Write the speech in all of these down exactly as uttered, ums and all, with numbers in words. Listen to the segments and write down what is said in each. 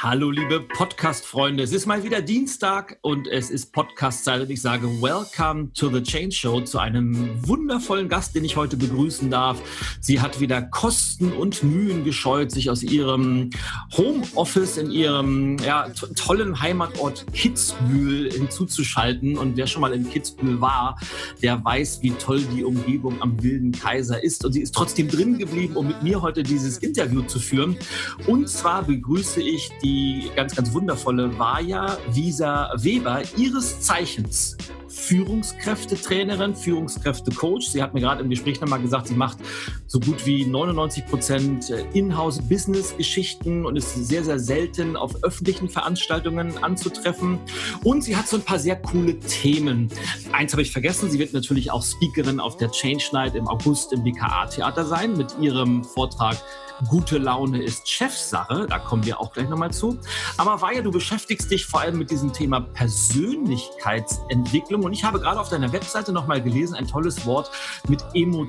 Hallo liebe Podcast-Freunde, es ist mal wieder Dienstag und es ist Podcast-Zeit und ich sage Welcome to the Change Show zu einem wundervollen Gast, den ich heute begrüßen darf. Sie hat wieder Kosten und Mühen gescheut, sich aus ihrem Homeoffice in ihrem ja, to- tollen Heimatort Kitzbühel hinzuzuschalten. Und wer schon mal in Kitzbühel war, der weiß, wie toll die Umgebung am Wilden Kaiser ist. Und sie ist trotzdem drin geblieben, um mit mir heute dieses Interview zu führen. Und zwar begrüße ich die ganz, ganz wundervolle Vaja Wieser-Weber, ihres Zeichens Führungskräftetrainerin, Führungskräftecoach. Sie hat mir gerade im Gespräch nochmal gesagt, sie macht so gut wie neunundneunzig Prozent Inhouse-Business-Geschichten und ist sehr, sehr selten auf öffentlichen Veranstaltungen anzutreffen. Und sie hat so ein paar sehr coole Themen. Eins habe ich vergessen, sie wird natürlich auch Speakerin auf der Change Night im August im B K A-Theater sein mit ihrem Vortrag Gute Laune ist Chefsache, da kommen wir auch gleich nochmal zu. Aber Vaja, du beschäftigst dich vor allem mit diesem Thema Persönlichkeitsentwicklung und ich habe gerade auf deiner Webseite nochmal gelesen, ein tolles Wort mit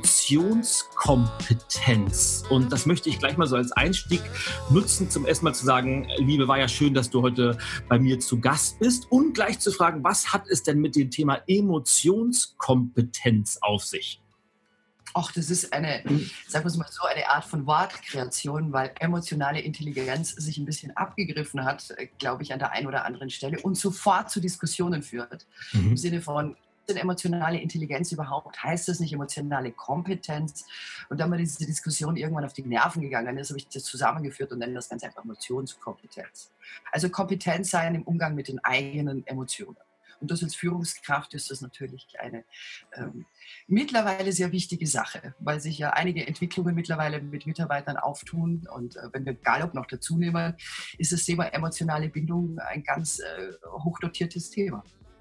Emotionskompetenz. Und das möchte ich gleich mal so als Einstieg nutzen, zum ersten Mal zu sagen, liebe Vaja, schön, dass du heute bei mir zu Gast bist und gleich zu fragen, was hat es denn mit dem Thema Emotionskompetenz auf sich? Ach, das ist eine, sagen wir es mal so, eine Art von Wortkreation, weil emotionale Intelligenz sich ein bisschen abgegriffen hat, glaube ich, an der einen oder anderen Stelle und sofort zu Diskussionen führt. Mhm. Im Sinne von, ist denn emotionale Intelligenz überhaupt? Heißt das nicht emotionale Kompetenz? Und da mir diese Diskussion irgendwann auf die Nerven gegangen ist, habe ich das zusammengeführt und nenne das ganz einfach Emotionskompetenz. Also Kompetenz sein im Umgang mit den eigenen Emotionen. Und das als Führungskraft ist das natürlich eine ähm, mittlerweile sehr wichtige Sache, weil sich ja einige Entwicklungen mittlerweile mit Mitarbeitern auftun. Und äh, wenn wir Gallup noch dazu nehmen, ist das Thema emotionale Bindung ein ganz äh, hochdotiertes Thema.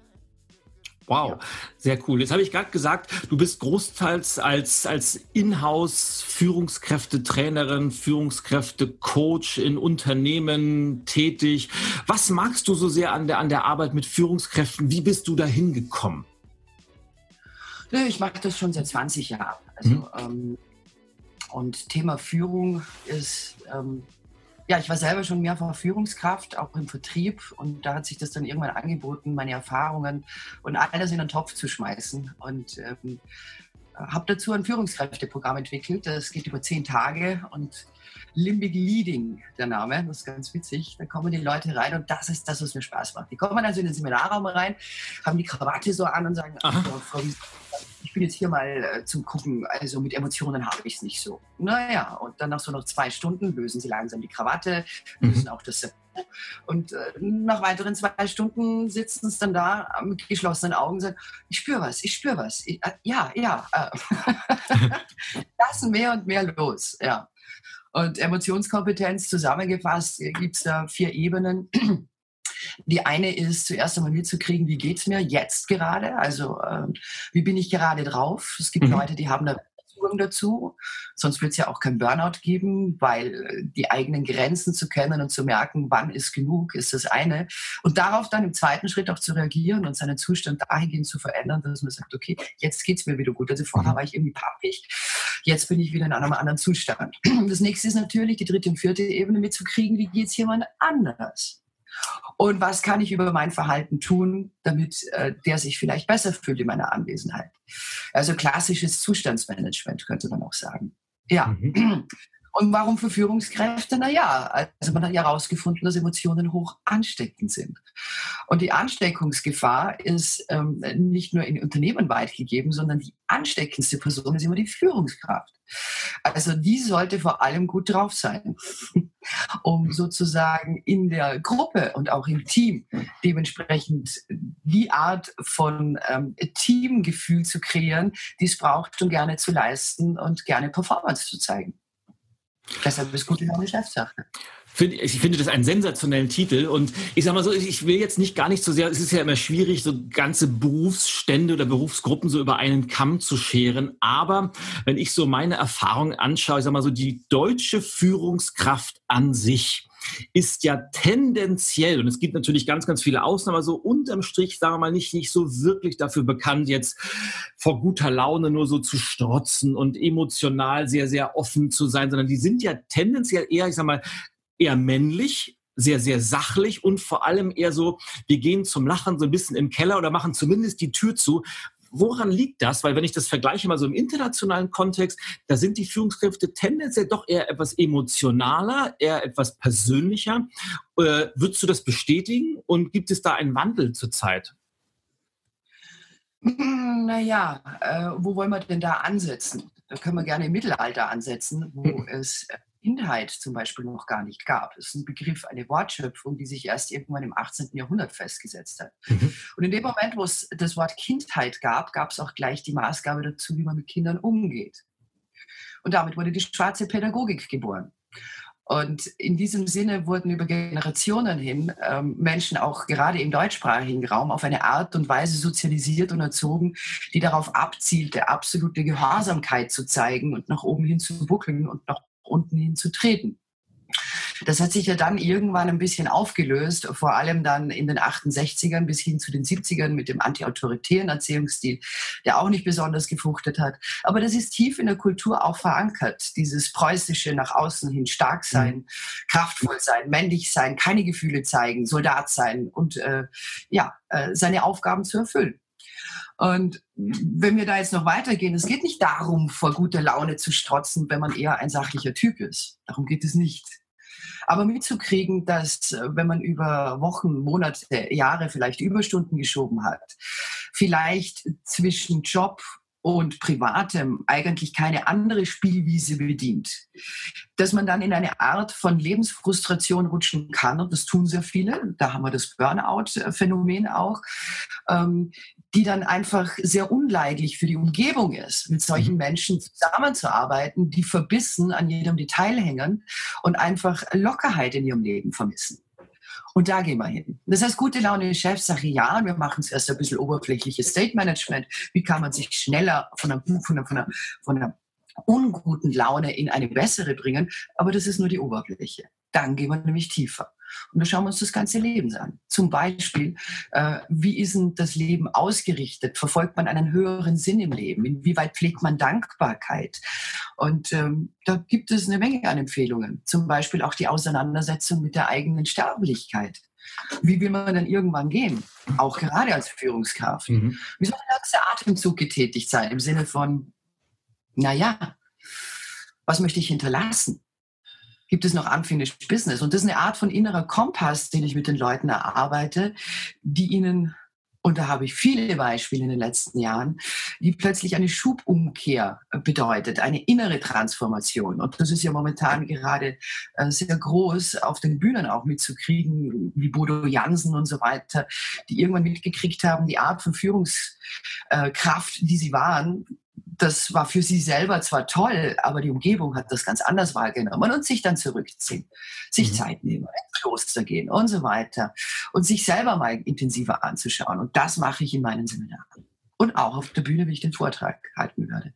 Wow, ja. Sehr cool. Jetzt habe ich gerade gesagt, du bist großteils als, als Inhouse-Führungskräftetrainerin, Führungskräftecoach in Unternehmen tätig. Was magst du so sehr an der, an der Arbeit mit Führungskräften? Wie bist du dahin gekommen? Ich mache das schon seit zwanzig Jahren. Also, mhm. ähm, und Thema Führung ist... Ähm, Ja, ich war selber schon mehrfach Führungskraft, auch im Vertrieb. Und da hat sich das dann irgendwann angeboten, meine Erfahrungen und alles in einen Topf zu schmeißen. Und ähm, habe dazu ein Führungskräfteprogramm entwickelt. Das geht über zehn Tage und Limbic Leading, der Name, das ist ganz witzig. Da kommen die Leute rein und das ist das, was mir Spaß macht. Die kommen also in den Seminarraum rein, haben die Krawatte so an und sagen, ach, Frau Wies, ich bin jetzt hier mal äh, zum Gucken, also mit Emotionen habe ich es nicht so. Naja, und dann nach so noch zwei Stunden lösen sie langsam die Krawatte, lösen mhm. auch das Sektor. Und äh, nach weiteren zwei Stunden sitzen sie dann da mit geschlossenen Augen und sagen, ich spüre was, ich spüre was. Ich, äh, ja, ja. Äh. Lassen mehr und mehr los, ja. Und Emotionskompetenz zusammengefasst gibt es da vier Ebenen. Die eine ist, zuerst einmal mitzukriegen, wie geht es mir jetzt gerade? Also äh, wie bin ich gerade drauf? Es gibt mhm. Leute, die haben da Zugang dazu. Sonst wird es ja auch kein Burnout geben, weil die eigenen Grenzen zu kennen und zu merken, wann ist genug, ist das eine. Und darauf dann im zweiten Schritt auch zu reagieren und seinen Zustand dahingehend zu verändern, dass man sagt, okay, jetzt geht es mir wieder gut. Also vorher war ich irgendwie pappig, jetzt bin ich wieder in einem anderen Zustand. Das nächste ist natürlich, die dritte und vierte Ebene mitzukriegen, wie geht es jemand anders? Und was kann ich über mein Verhalten tun, damit äh, der sich vielleicht besser fühlt in meiner Anwesenheit? Also klassisches Zustandsmanagement, könnte man auch sagen. Ja. Mhm. Und warum für Führungskräfte? Naja, also man hat ja herausgefunden, dass Emotionen hoch ansteckend sind. Und die Ansteckungsgefahr ist ähm, nicht nur in Unternehmen weit gegeben, sondern die ansteckendste Person ist immer die Führungskraft. Also die sollte vor allem gut drauf sein, um sozusagen in der Gruppe und auch im Team dementsprechend die Art von ähm, Teamgefühl zu kreieren, die es braucht, um gerne zu leisten und gerne Performance zu zeigen. Deshalb ist gute Laune Chefsache. Ich finde das einen sensationellen Titel und ich sage mal so, ich will jetzt nicht gar nicht so sehr, es ist ja immer schwierig, so ganze Berufsstände oder Berufsgruppen so über einen Kamm zu scheren, aber wenn ich so meine Erfahrungen anschaue, ich sage mal so, die deutsche Führungskraft an sich ist ja tendenziell, und es gibt natürlich ganz, ganz viele Ausnahmen, so unterm Strich, sagen wir mal, nicht, nicht so wirklich dafür bekannt, jetzt vor guter Laune nur so zu strotzen und emotional sehr, sehr offen zu sein, sondern die sind ja tendenziell eher, ich sag mal, eher männlich sehr, sehr sachlich und vor allem eher so, wir gehen zum Lachen so ein bisschen im Keller oder machen zumindest die Tür zu. Woran liegt das? Weil wenn ich das vergleiche mal so im internationalen Kontext, da sind die Führungskräfte tendenziell doch eher etwas emotionaler, eher etwas persönlicher. Äh, würdest du das bestätigen und gibt es da einen Wandel zurzeit? Naja, äh, wo wollen wir denn da ansetzen? Da können wir gerne im Mittelalter ansetzen, wo mhm. es Kindheit zum Beispiel noch gar nicht gab. Das ist ein Begriff, eine Wortschöpfung, die sich erst irgendwann im achtzehnten Jahrhundert festgesetzt hat. Mhm. Und in dem Moment, wo es das Wort Kindheit gab, gab es auch gleich die Maßgabe dazu, wie man mit Kindern umgeht. Und damit wurde die schwarze Pädagogik geboren. Und in diesem Sinne wurden über Generationen hin ähm, Menschen auch gerade im deutschsprachigen Raum auf eine Art und Weise sozialisiert und erzogen, die darauf abzielte, absolute Gehorsamkeit zu zeigen und nach oben hin zu buckeln und nach unten hin zu treten. Das hat sich ja dann irgendwann ein bisschen aufgelöst, vor allem dann in den achtundsechzigern bis hin zu den siebzigern mit dem antiautoritären Erziehungsstil, der auch nicht besonders gefruchtet hat. Aber das ist tief in der Kultur auch verankert, dieses preußische nach außen hin stark sein, mhm. kraftvoll sein, männlich sein, keine Gefühle zeigen, Soldat sein und äh, ja, äh, seine Aufgaben zu erfüllen. Und wenn wir da jetzt noch weitergehen, es geht nicht darum, vor guter Laune zu strotzen, wenn man eher ein sachlicher Typ ist. Darum geht es nicht. Aber mitzukriegen, dass wenn man über Wochen, Monate, Jahre vielleicht Überstunden geschoben hat, vielleicht zwischen Job und Privatem eigentlich keine andere Spielwiese bedient, dass man dann in eine Art von Lebensfrustration rutschen kann, und das tun sehr viele, da haben wir das Burnout-Phänomen auch, ähm, die dann einfach sehr unleidlich für die Umgebung ist, mit solchen Menschen zusammenzuarbeiten, die verbissen an jedem Detail hängen und einfach Lockerheit in ihrem Leben vermissen. Und da gehen wir hin. Das heißt, gute Laune Chefs, sage ich ja, wir machen zuerst ein bisschen oberflächliches State-Management. Wie kann man sich schneller von einer, von einer, von einer, von einer unguten Laune in eine bessere bringen? Aber das ist nur die Oberfläche. Dann gehen wir nämlich tiefer. Und da schauen wir uns das ganze Leben an. Zum Beispiel, äh, wie ist denn das Leben ausgerichtet? Verfolgt man einen höheren Sinn im Leben? Inwieweit pflegt man Dankbarkeit? Und ähm, da gibt es eine Menge an Empfehlungen. Zum Beispiel auch die Auseinandersetzung mit der eigenen Sterblichkeit. Wie will man denn irgendwann gehen? Auch gerade als Führungskraft. Mhm. Wie soll der ganze Atemzug getätigt sein? Im Sinne von, naja, was möchte ich hinterlassen? Gibt es noch unfinished business? Und das ist eine Art von innerer Kompass, den ich mit den Leuten erarbeite, die ihnen, und da habe ich viele Beispiele in den letzten Jahren, die plötzlich eine Schubumkehr bedeutet, eine innere Transformation. Und das ist ja momentan gerade sehr groß auf den Bühnen auch mitzukriegen, wie Bodo Jansen und so weiter, die irgendwann mitgekriegt haben, die Art von Führungskraft, die sie waren, das war für sie selber zwar toll, aber die Umgebung hat das ganz anders wahrgenommen und sich dann zurückziehen, sich mhm. Zeit nehmen, ins Kloster gehen und so weiter und sich selber mal intensiver anzuschauen. Und das mache ich in meinen Seminaren. Und auch auf der Bühne, wie ich den Vortrag halten werde.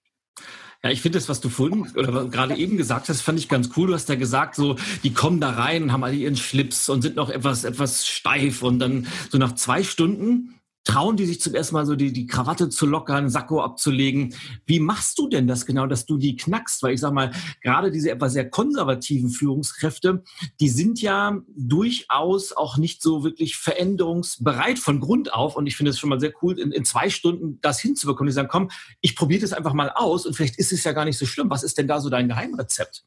Ja, ich finde das, was du vorhin oder gerade eben gesagt hast, fand ich ganz cool. Du hast ja gesagt, so, die kommen da rein und haben alle ihren Schlips und sind noch etwas, etwas steif und dann so nach zwei Stunden trauen die sich zum ersten Mal so die, die Krawatte zu lockern, Sakko abzulegen. Wie machst du denn das genau, dass du die knackst? Weil ich sag mal, gerade diese etwas sehr konservativen Führungskräfte, die sind ja durchaus auch nicht so wirklich veränderungsbereit von Grund auf. Und ich finde es schon mal sehr cool, in, in zwei Stunden das hinzubekommen. Die sagen, komm, ich probiere das einfach mal aus und vielleicht ist es ja gar nicht so schlimm. Was ist denn da so dein Geheimrezept?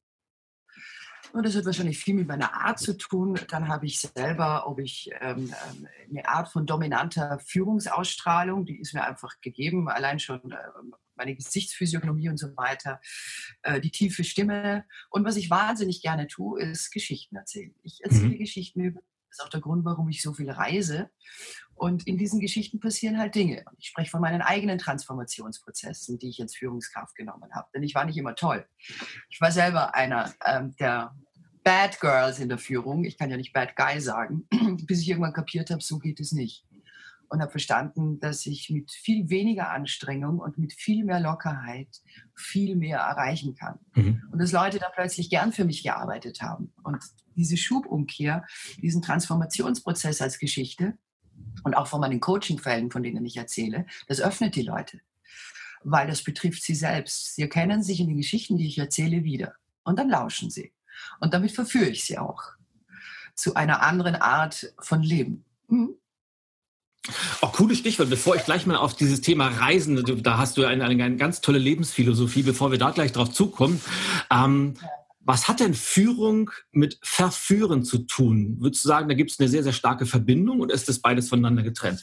Und das hat wahrscheinlich viel mit meiner Art zu tun. Dann habe ich selber, ob ich ähm, eine Art von dominanter Führungsausstrahlung, die ist mir einfach gegeben, allein schon äh, meine Gesichtsphysiognomie und so weiter, äh, die tiefe Stimme. Und was ich wahnsinnig gerne tue, ist Geschichten erzählen. Ich erzähle mhm. Geschichten über, das ist auch der Grund, warum ich so viel reise. Und in diesen Geschichten passieren halt Dinge. Und ich spreche von meinen eigenen Transformationsprozessen, die ich als Führungskraft genommen habe. Denn ich war nicht immer toll. Ich war selber einer ähm, der Bad Girls in der Führung. Ich kann ja nicht Bad Guy sagen, bis ich irgendwann kapiert habe, so geht es nicht. Und habe verstanden, dass ich mit viel weniger Anstrengung und mit viel mehr Lockerheit viel mehr erreichen kann. Mhm. Und dass Leute da plötzlich gern für mich gearbeitet haben. Und diese Schubumkehr, diesen Transformationsprozess als Geschichte, und auch von meinen Coaching-Fällen, von denen ich erzähle, das öffnet die Leute, weil das betrifft sie selbst. Sie erkennen sich in den Geschichten, die ich erzähle, wieder. Und dann lauschen sie. Und damit verführe ich sie auch. zu einer anderen Art von Leben. Mhm. Auch cooles Stichwort, bevor ich gleich mal auf dieses Thema Reisen, da hast du eine, eine, eine ganz tolle Lebensphilosophie, bevor wir da gleich drauf zukommen. Ähm, ja. Was hat denn Führung mit Verführen zu tun? Würdest du sagen, da gibt es eine sehr, sehr starke Verbindung oder ist das beides voneinander getrennt?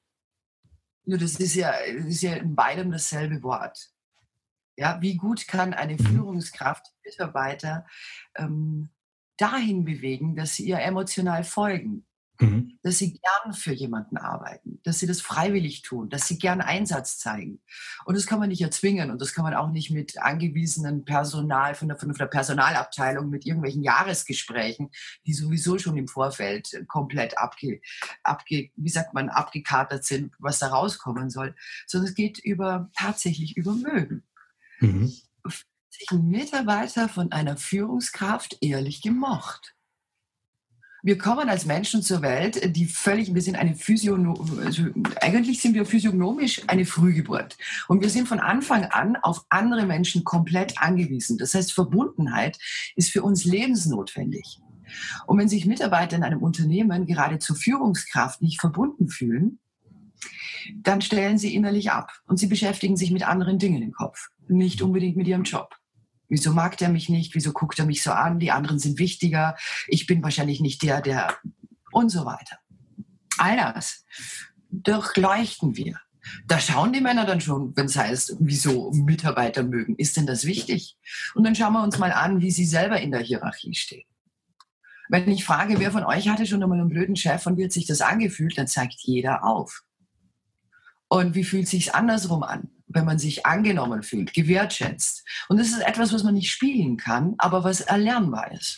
Ja, das ist ja, das ist ja in beidem dasselbe Wort. Ja, wie gut kann eine mhm. Führungskraft Mitarbeiter ähm, dahin bewegen, dass sie ihr emotional folgen? Mhm. Dass sie gern für jemanden arbeiten, dass sie das freiwillig tun, dass sie gern Einsatz zeigen. Und das kann man nicht erzwingen und das kann man auch nicht mit angewiesenen Personal von der, von der Personalabteilung mit irgendwelchen Jahresgesprächen, die sowieso schon im Vorfeld komplett abge, abge, wie sagt man, abgekatert sind, was da rauskommen soll, sondern es geht über, tatsächlich über Mögen. Mhm. Sich ein Mitarbeiter von einer Führungskraft ehrlich gemocht. Wir kommen als Menschen zur Welt, die völlig, wir sind eine Physiogno, also eigentlich sind wir physiognomisch eine Frühgeburt. Und wir sind von Anfang an auf andere Menschen komplett angewiesen. Das heißt, Verbundenheit ist für uns lebensnotwendig. Und wenn sich Mitarbeiter in einem Unternehmen gerade zur Führungskraft nicht verbunden fühlen, dann stellen sie innerlich ab und sie beschäftigen sich mit anderen Dingen im Kopf, nicht unbedingt mit ihrem Job. Wieso mag der mich nicht? Wieso guckt er mich so an? Die anderen sind wichtiger. Ich bin wahrscheinlich nicht der, der... Und so weiter. All das durchleuchten wir. Da schauen die Männer dann schon, wenn es heißt, wieso Mitarbeiter mögen. Ist denn das wichtig? Und dann schauen wir uns mal an, wie sie selber in der Hierarchie stehen. Wenn ich frage, wer von euch hatte schon einmal einen blöden Chef und wie hat sich das angefühlt, dann zeigt jeder auf. Und wie fühlt es sich andersrum an, wenn man sich angenommen fühlt, gewertschätzt? Und das ist etwas, was man nicht spielen kann, aber was erlernbar ist.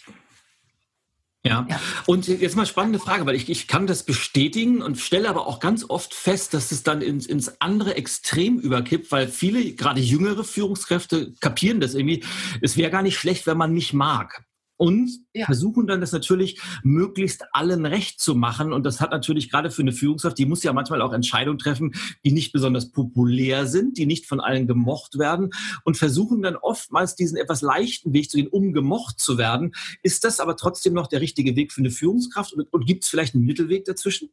Ja. ja, und jetzt mal spannende Frage, weil ich, ich kann das bestätigen und stelle aber auch ganz oft fest, dass es dann ins, ins andere Extrem überkippt, weil viele, gerade jüngere Führungskräfte, kapieren das irgendwie, es wäre gar nicht schlecht, wenn man mich mag. Und ja. versuchen dann das natürlich möglichst allen recht zu machen. Und das hat natürlich gerade für eine Führungskraft, die muss ja manchmal auch Entscheidungen treffen, die nicht besonders populär sind, die nicht von allen gemocht werden und versuchen dann oftmals diesen etwas leichten Weg zu gehen, um gemocht zu werden. Ist das aber trotzdem noch der richtige Weg für eine Führungskraft? Und, und gibt es vielleicht einen Mittelweg dazwischen?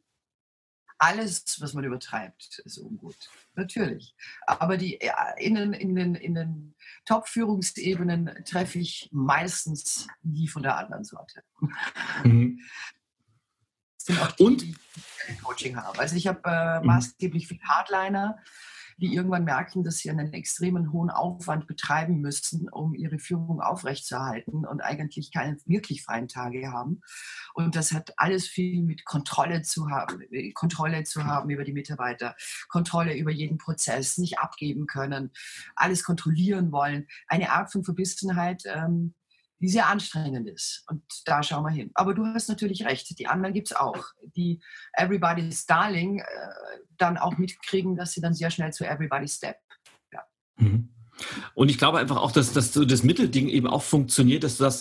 Alles, was man übertreibt, ist ungut. Natürlich. Aber die, in den, in den, in den Top-Führungsebenen treffe ich meistens die von der anderen Sorte. Mhm. Das sind auch die, Und? die ein Coaching haben. Also ich habe äh, maßgeblich viele Hardliner, die irgendwann merken, dass sie einen extremen hohen Aufwand betreiben müssen, um ihre Führung aufrechtzuerhalten und eigentlich keine wirklich freien Tage haben. Und das hat alles viel mit Kontrolle zu haben, Kontrolle zu haben über die Mitarbeiter, Kontrolle über jeden Prozess, nicht abgeben können, alles kontrollieren wollen. Eine Art von Verbissenheit, ähm, die sehr anstrengend ist. Und da schauen wir hin. Aber du hast natürlich recht, die anderen gibt es auch, die Everybody's Darling äh, dann auch mitkriegen, dass sie dann sehr schnell zu Everybody's Step. Ja. Mhm. Und ich glaube einfach auch, dass, dass das Mittelding eben auch funktioniert, dass das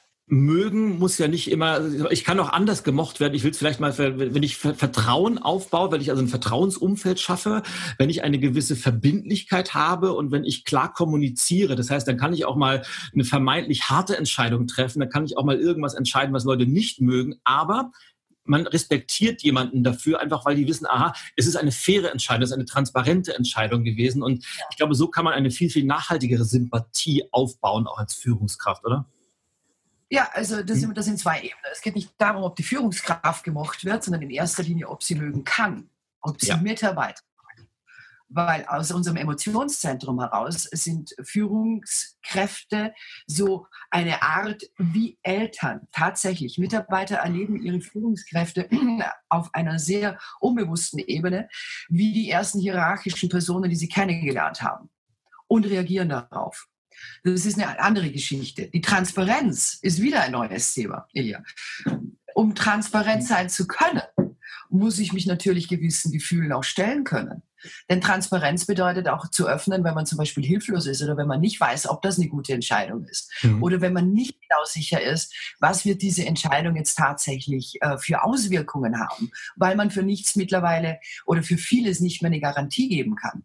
Mögen muss ja nicht immer, ich kann auch anders gemocht werden. Ich will es vielleicht mal, wenn ich Vertrauen aufbaue, wenn ich also ein Vertrauensumfeld schaffe, wenn ich eine gewisse Verbindlichkeit habe und wenn ich klar kommuniziere. Das heißt, dann kann ich auch mal eine vermeintlich harte Entscheidung treffen. Dann kann ich auch mal irgendwas entscheiden, was Leute nicht mögen. Aber man respektiert jemanden dafür, einfach weil die wissen, aha, es ist eine faire Entscheidung, es ist eine transparente Entscheidung gewesen. Und ja. ich glaube, so kann man eine viel, viel nachhaltigere Sympathie aufbauen, auch als Führungskraft, oder? Ja, also das sind, das sind zwei Ebenen. Es geht nicht darum, ob die Führungskraft gemocht wird, sondern in erster Linie, ob sie mögen kann, ob sie ja. Mitarbeiter mag. Weil aus unserem Emotionszentrum heraus sind Führungskräfte so eine Art wie Eltern. Tatsächlich, Mitarbeiter erleben ihre Führungskräfte auf einer sehr unbewussten Ebene, wie die ersten hierarchischen Personen, die sie kennengelernt haben, und reagieren darauf. Das ist eine andere Geschichte. Die Transparenz ist wieder ein neues Thema. Elia. Um transparent sein zu können, muss ich mich natürlich gewissen Gefühlen auch stellen können. Denn Transparenz bedeutet auch zu öffnen, wenn man zum Beispiel hilflos ist oder wenn man nicht weiß, ob das eine gute Entscheidung ist. Mhm. Oder wenn man nicht genau sicher ist, was wird diese Entscheidung jetzt tatsächlich äh, für Auswirkungen haben, weil man für nichts mittlerweile oder für vieles nicht mehr eine Garantie geben kann.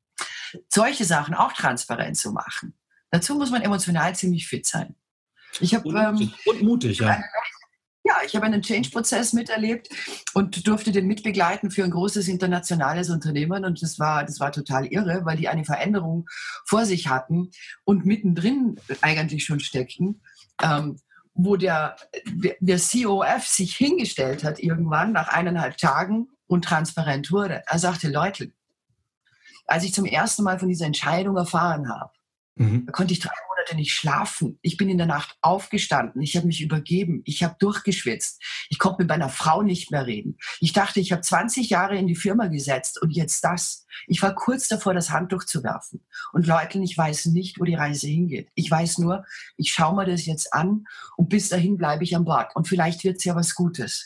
Solche Sachen auch transparent zu machen. Dazu muss man emotional ziemlich fit sein. Ich hab, und, ähm, und mutig, ja. Ja, ich habe einen Change-Prozess miterlebt und durfte den mitbegleiten für ein großes internationales Unternehmen. Und das war, das war total irre, weil die eine Veränderung vor sich hatten und mittendrin eigentlich schon steckten, ähm, wo der, der C O F sich hingestellt hat irgendwann nach eineinhalb Tagen und transparent wurde. Er sagte, Leute, als ich zum ersten Mal von dieser Entscheidung erfahren habe, mhm. da konnte ich drei Monate nicht schlafen. Ich bin in der Nacht aufgestanden. Ich habe mich übergeben. Ich habe durchgeschwitzt. Ich konnte mit meiner Frau nicht mehr reden. Ich dachte, ich habe zwanzig Jahre in die Firma gesetzt und jetzt das. Ich war kurz davor, das Handtuch zu werfen. Und Leute, ich weiß nicht, wo die Reise hingeht. Ich weiß nur, ich schaue mir das jetzt an und bis dahin bleibe ich an Bord. Und vielleicht wird es ja was Gutes.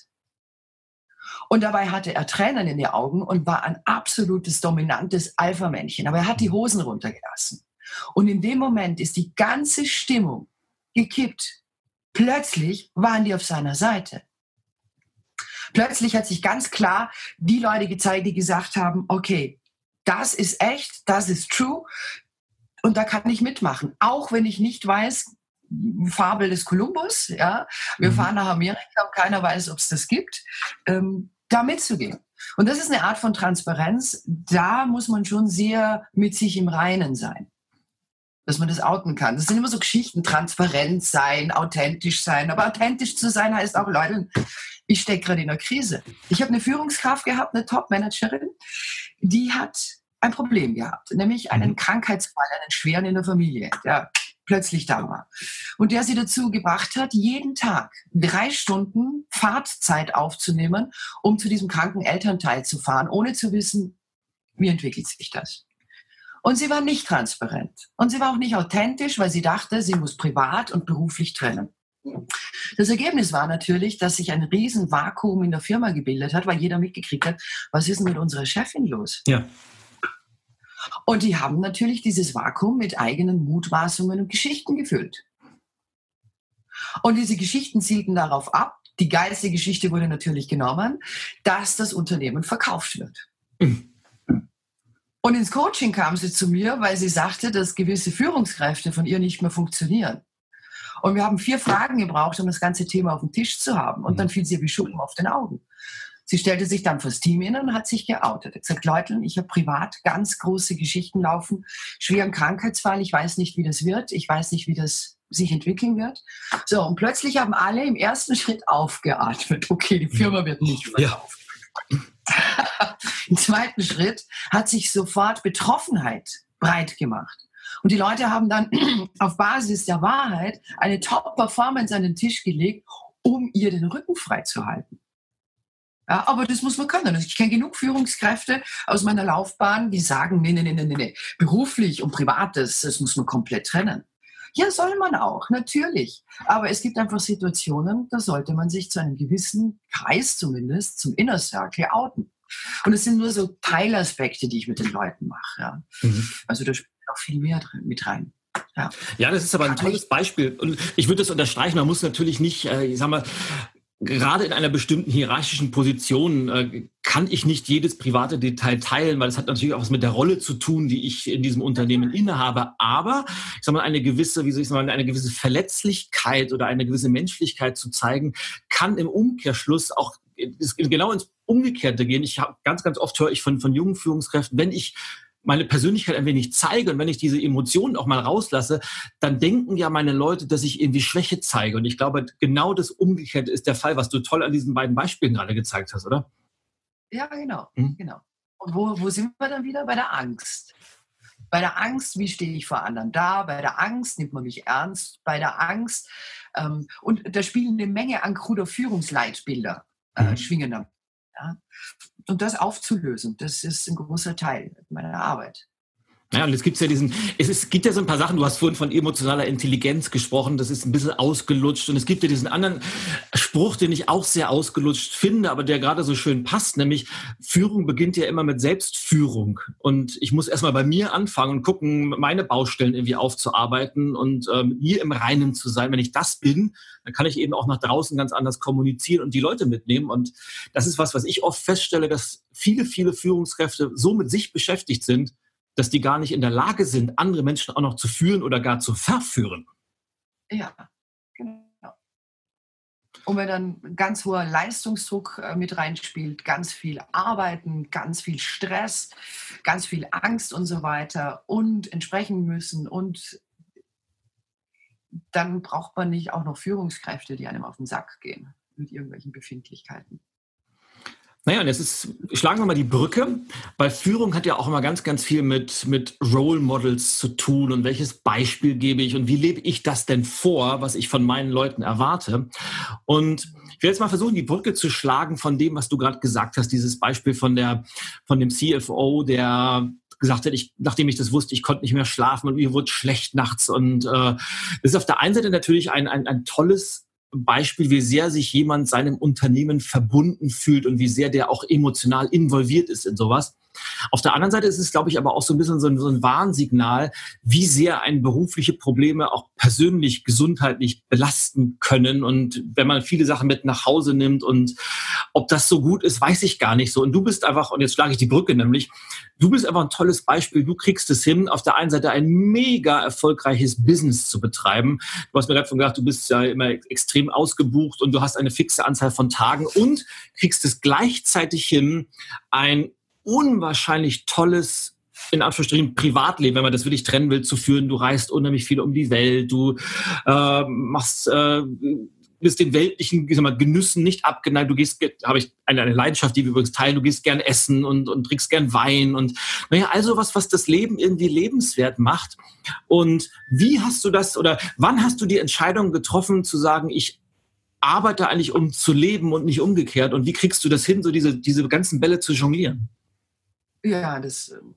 Und dabei hatte er Tränen in den Augen und war ein absolutes, dominantes Alpha-Männchen. Aber er hat die Hosen runtergelassen. Und in dem Moment ist die ganze Stimmung gekippt. Plötzlich waren die auf seiner Seite. Plötzlich hat sich ganz klar die Leute gezeigt, die gesagt haben, okay, das ist echt, das ist true und da kann ich mitmachen. Auch wenn ich nicht weiß, Fabel des Kolumbus, ja, wir fahren nach Amerika und keiner weiß, ob es das gibt, ähm, da mitzugehen. Und das ist eine Art von Transparenz, da muss man schon sehr mit sich im Reinen sein, dass man das outen kann. Das sind immer so Geschichten, transparent sein, authentisch sein, aber authentisch zu sein heißt auch, Leute, ich stecke gerade in einer Krise. Ich habe eine Führungskraft gehabt, eine Top-Managerin, die hat ein Problem gehabt, nämlich einen Krankheitsfall, einen schweren in der Familie, der plötzlich da war. Und der sie dazu gebracht hat, jeden Tag drei Stunden Fahrtzeit aufzunehmen, um zu diesem kranken Elternteil zu fahren, ohne zu wissen, wie entwickelt sich das. Und sie war nicht transparent. Und sie war auch nicht authentisch, weil sie dachte, sie muss privat und beruflich trennen. Das Ergebnis war natürlich, dass sich ein riesen Vakuum in der Firma gebildet hat, weil jeder mitgekriegt hat, was ist denn mit unserer Chefin los? Ja. Und die haben natürlich dieses Vakuum mit eigenen Mutmaßungen und Geschichten gefüllt. Und diese Geschichten zielten darauf ab, die geilste Geschichte wurde natürlich genommen, dass das Unternehmen verkauft wird. Mhm. Und ins Coaching kam sie zu mir, weil sie sagte, dass gewisse Führungskräfte von ihr nicht mehr funktionieren. Und wir haben vier Fragen gebraucht, um das ganze Thema auf dem Tisch zu haben. Und dann fiel sie wie Schuppen auf den Augen. Sie stellte sich dann vors Team hin und hat sich geoutet. Sie hat gesagt, Leute, ich habe privat ganz große Geschichten laufen, schweren Krankheitsfall, ich weiß nicht, wie das wird, ich weiß nicht, wie das sich entwickeln wird. So, und plötzlich haben alle im ersten Schritt aufgeatmet. Okay, die Firma wird nicht verkauft. Ja. Im zweiten Schritt hat sich sofort Betroffenheit breit gemacht. Und die Leute haben dann auf Basis der Wahrheit eine Top-Performance an den Tisch gelegt, um ihr den Rücken frei zu halten. Ja, aber das muss man können. Also ich kenne genug Führungskräfte aus meiner Laufbahn, die sagen, nee, nee, nee, nee, nee, beruflich und privates, das muss man komplett trennen. Ja, soll man auch, natürlich. Aber es gibt einfach Situationen, da sollte man sich zu einem gewissen Kreis zumindest, zum Inner Circle outen. Und es sind nur so Teilaspekte, die ich mit den Leuten mache. Ja. Mhm. Also da spielt auch viel mehr drin, mit rein. Ja. Ja, das ist aber ein tolles Beispiel. Und ich würde das unterstreichen, man muss natürlich nicht, äh, ich sag mal, gerade in einer bestimmten hierarchischen Position äh, kann ich nicht jedes private Detail teilen, weil es hat natürlich auch was mit der Rolle zu tun, die ich in diesem Unternehmen innehabe. Aber ich sag mal, eine gewisse, wie soll ich sagen, eine gewisse Verletzlichkeit oder eine gewisse Menschlichkeit zu zeigen, kann im Umkehrschluss auch genau ins Umgekehrte gehen. Ich habe ganz, ganz oft höre ich von von jungen Führungskräften, wenn ich meine Persönlichkeit ein wenig zeige und wenn ich diese Emotionen auch mal rauslasse, dann denken ja meine Leute, dass ich irgendwie Schwäche zeige. Und ich glaube, genau das Umgekehrte ist der Fall, was du toll an diesen beiden Beispielen gerade gezeigt hast, oder? Ja, genau. Hm? genau. Und wo, wo sind wir dann wieder? Bei der Angst. Bei der Angst, wie stehe ich vor anderen da? Bei der Angst nimmt man mich ernst. Bei der Angst, ähm, und da spielen eine Menge an kruder Führungsleitbilder, äh, mhm. schwingen da. Ja? Und das aufzulösen, das ist ein großer Teil meiner Arbeit. Ja, und es gibt ja diesen, es ist, gibt ja so ein paar Sachen, du hast vorhin von emotionaler Intelligenz gesprochen, das ist ein bisschen ausgelutscht und es gibt ja diesen anderen Spruch, den ich auch sehr ausgelutscht finde, aber der gerade so schön passt, nämlich Führung beginnt ja immer mit Selbstführung und ich muss erstmal bei mir anfangen und gucken, meine Baustellen irgendwie aufzuarbeiten und äh, mit mir im Reinen zu sein. Wenn ich das bin, dann kann ich eben auch nach draußen ganz anders kommunizieren und die Leute mitnehmen und das ist was, was ich oft feststelle, dass viele, viele Führungskräfte so mit sich beschäftigt sind, dass die gar nicht in der Lage sind, andere Menschen auch noch zu führen oder gar zu verführen. Ja, genau. Und wenn dann ganz hoher Leistungsdruck äh, mit reinspielt, ganz viel Arbeiten, ganz viel Stress, ganz viel Angst und so weiter und entsprechen müssen, und dann braucht man nicht auch noch Führungskräfte, die einem auf den Sack gehen mit irgendwelchen Befindlichkeiten. Naja, und jetzt ist, schlagen wir mal die Brücke, weil Führung hat ja auch immer ganz, ganz viel mit, mit Role Models zu tun und welches Beispiel gebe ich und wie lebe ich das denn vor, was ich von meinen Leuten erwarte. Und ich will jetzt mal versuchen, die Brücke zu schlagen von dem, was du gerade gesagt hast, dieses Beispiel von der, von dem C F O, der gesagt hat, ich, nachdem ich das wusste, ich konnte nicht mehr schlafen und mir wurde schlecht nachts. Und äh, das ist auf der einen Seite natürlich ein, ein, ein tolles Beispiel, wie sehr sich jemand seinem Unternehmen verbunden fühlt und wie sehr der auch emotional involviert ist in sowas. Auf der anderen Seite ist es, glaube ich, aber auch so ein bisschen so ein, so ein Warnsignal, wie sehr einen berufliche Probleme auch persönlich, gesundheitlich belasten können. Und wenn man viele Sachen mit nach Hause nimmt und ob das so gut ist, weiß ich gar nicht so. Und du bist einfach, und jetzt schlage ich die Brücke nämlich, du bist einfach ein tolles Beispiel. Du kriegst es hin, auf der einen Seite ein mega erfolgreiches Business zu betreiben. Du hast mir gerade von gesagt, du bist ja immer extrem ausgebucht und du hast eine fixe Anzahl von Tagen und kriegst es gleichzeitig hin, ein unwahrscheinlich tolles, in Anführungsstrichen, Privatleben, wenn man das wirklich trennen will, zu führen. Du reist unheimlich viel um die Welt, du äh, machst, äh, bist den weltlichen, ich sag mal, Genüssen nicht abgeneigt. Du gehst, habe ich eine, eine Leidenschaft, die wir übrigens teilen, du gehst gern essen und, und trinkst gern Wein und naja, also was, was das Leben irgendwie lebenswert macht. Und wie hast du das oder wann hast du die Entscheidung getroffen, zu sagen, ich arbeite eigentlich, um zu leben und nicht umgekehrt? Und wie kriegst du das hin, so diese, diese ganzen Bälle zu jonglieren? Ja, das äh,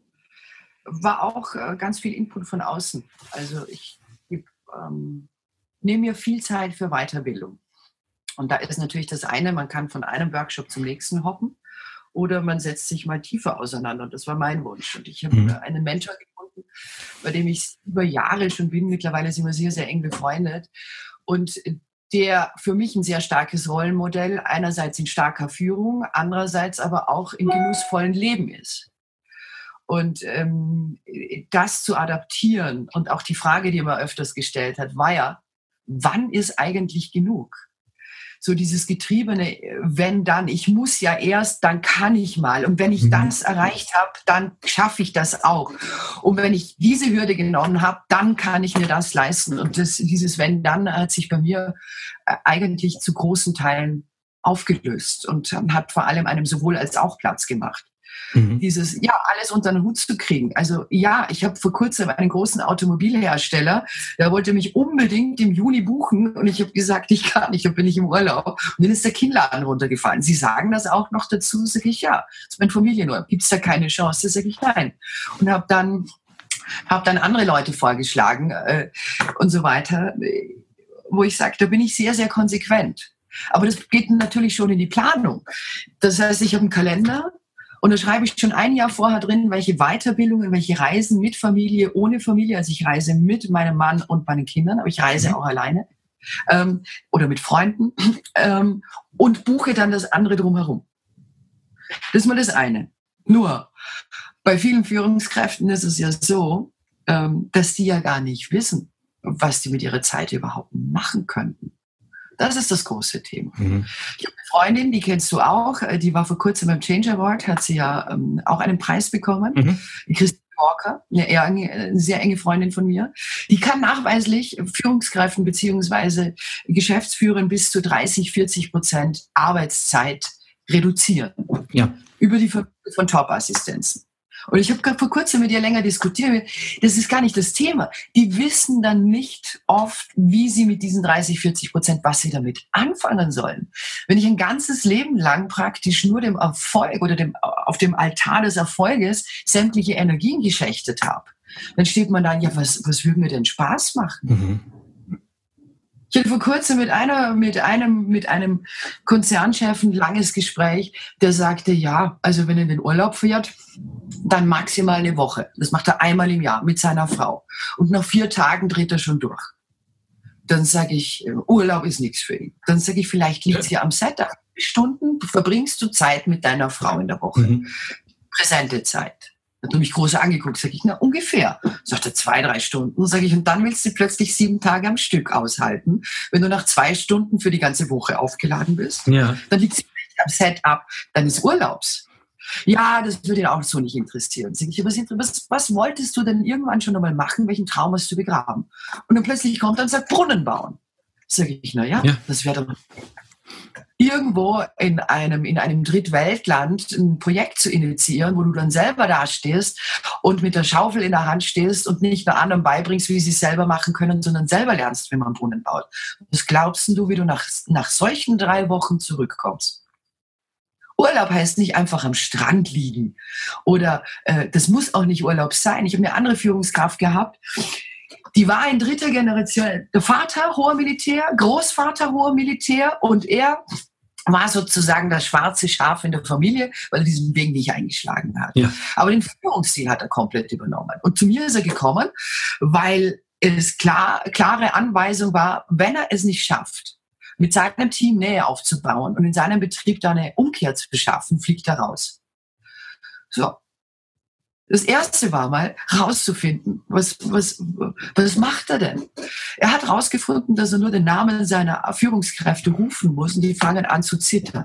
war auch äh, ganz viel Input von außen. Also ich ähm, nehme mir viel Zeit für Weiterbildung. Und da ist natürlich das eine, man kann von einem Workshop zum nächsten hoppen oder man setzt sich mal tiefer auseinander. Und das war mein Wunsch. Und ich habe mhm. einen Mentor gefunden, bei dem ich über Jahre schon bin. Mittlerweile sind wir sehr, sehr eng befreundet. Und der für mich ein sehr starkes Rollenmodell, einerseits in starker Führung, andererseits aber auch im genussvollen Leben ist. Und ähm, das zu adaptieren und auch die Frage, die er mir öfters gestellt hat, war ja, wann ist eigentlich genug? So dieses getriebene, wenn dann, ich muss ja erst, dann kann ich mal. Und wenn ich mhm. das erreicht habe, dann schaffe ich das auch. Und wenn ich diese Hürde genommen habe, dann kann ich mir das leisten. Und das, dieses wenn dann hat sich bei mir eigentlich zu großen Teilen aufgelöst und hat vor allem einem sowohl als auch Platz gemacht. Mhm. Dieses, ja, alles unter den Hut zu kriegen. Also ja, ich habe vor kurzem einen großen Automobilhersteller, der wollte mich unbedingt im Juni buchen und ich habe gesagt, ich kann nicht, da bin ich im Urlaub. Und dann ist der Kinnladen runtergefallen. Sie sagen das auch noch dazu, sage ich, ja, das ist mein Familienurlaub, gibt es da keine Chance? Sage ich, nein. Und habe dann, hab dann andere Leute vorgeschlagen äh, und so weiter, wo ich sage, da bin ich sehr, sehr konsequent. Aber das geht natürlich schon in die Planung. Das heißt, ich habe einen Kalender, und da schreibe ich schon ein Jahr vorher drin, welche Weiterbildungen, welche Reisen mit Familie, ohne Familie. Also ich reise mit meinem Mann und meinen Kindern, aber ich reise auch alleine ähm, oder mit Freunden ähm, und buche dann das andere drumherum. Das ist mal das eine. Nur, bei vielen Führungskräften ist es ja so, ähm, dass die ja gar nicht wissen, was die mit ihrer Zeit überhaupt machen könnten. Das ist das große Thema. Mhm. Ich habe eine Freundin, die kennst du auch, die war vor kurzem beim Change Award, hat sie ja ähm, auch einen Preis bekommen. Mhm. Die Christine Walker, eine, eher, eine sehr enge Freundin von mir. Die kann nachweislich Führungskräften beziehungsweise Geschäftsführern bis zu dreißig, vierzig Prozent Arbeitszeit reduzieren. Ja. Über die Verwendung von Top-Assistenzen. Und ich habe vor kurzem mit ihr länger diskutiert. Das ist gar nicht das Thema. Die wissen dann nicht oft, wie sie mit diesen dreißig, vierzig Prozent, was sie damit anfangen sollen. Wenn ich ein ganzes Leben lang praktisch nur dem Erfolg oder dem, auf dem Altar des Erfolges sämtliche Energien geschächtet habe, dann steht man da, ja, was, was würde mir denn Spaß machen? Mhm. Ich hatte vor kurzem mit einer, mit einem, mit einem Konzernchef ein langes Gespräch, der sagte, ja, also wenn er in den Urlaub fährt, dann maximal eine Woche. Das macht er einmal im Jahr mit seiner Frau. Und nach vier Tagen dreht er schon durch. Dann sage ich, Urlaub ist nichts für ihn. Dann sage ich, vielleicht liegt es hier am Setup. Stunden verbringst du Zeit mit deiner Frau in der Woche. Mhm. Präsente Zeit. Hat er mich groß angeguckt, sage ich, na ungefähr. Sagt er, zwei, drei Stunden. Sage ich, und dann willst du plötzlich sieben Tage am Stück aushalten. Wenn du nach zwei Stunden für die ganze Woche aufgeladen bist, ja. dann liegt es am Setup deines Urlaubs. Ja, das würde ihn auch so nicht interessieren. Sag ich, was, was, was wolltest du denn irgendwann schon einmal machen? Welchen Traum hast du begraben? Und dann plötzlich kommt er und sagt, Brunnen bauen. Sage ich, naja, ja. das wäre dann irgendwo in einem, in einem Drittweltland ein Projekt zu initiieren, wo du dann selber da stehst und mit der Schaufel in der Hand stehst und nicht nur anderen beibringst, wie sie es selber machen können, sondern selber lernst, wie man Brunnen baut. Was glaubst du, wie du nach, nach solchen drei Wochen zurückkommst? Urlaub heißt nicht einfach am Strand liegen oder äh, das muss auch nicht Urlaub sein. Ich habe eine andere Führungskraft gehabt, die war in dritter Generation, der Vater hoher Militär, Großvater hoher Militär und er war sozusagen das schwarze Schaf in der Familie, weil er diesen Weg nicht eingeschlagen hat. Ja. Aber den Führungsstil hat er komplett übernommen. Und zu mir ist er gekommen, weil es klar, klare Anweisung war, wenn er es nicht schafft, mit seinem Team Nähe aufzubauen und in seinem Betrieb da eine Umkehr zu beschaffen, fliegt er raus. So. Das Erste war mal, rauszufinden, was, was, was macht er denn? Er hat rausgefunden, dass er nur den Namen seiner Führungskräfte rufen muss und die fangen an zu zittern.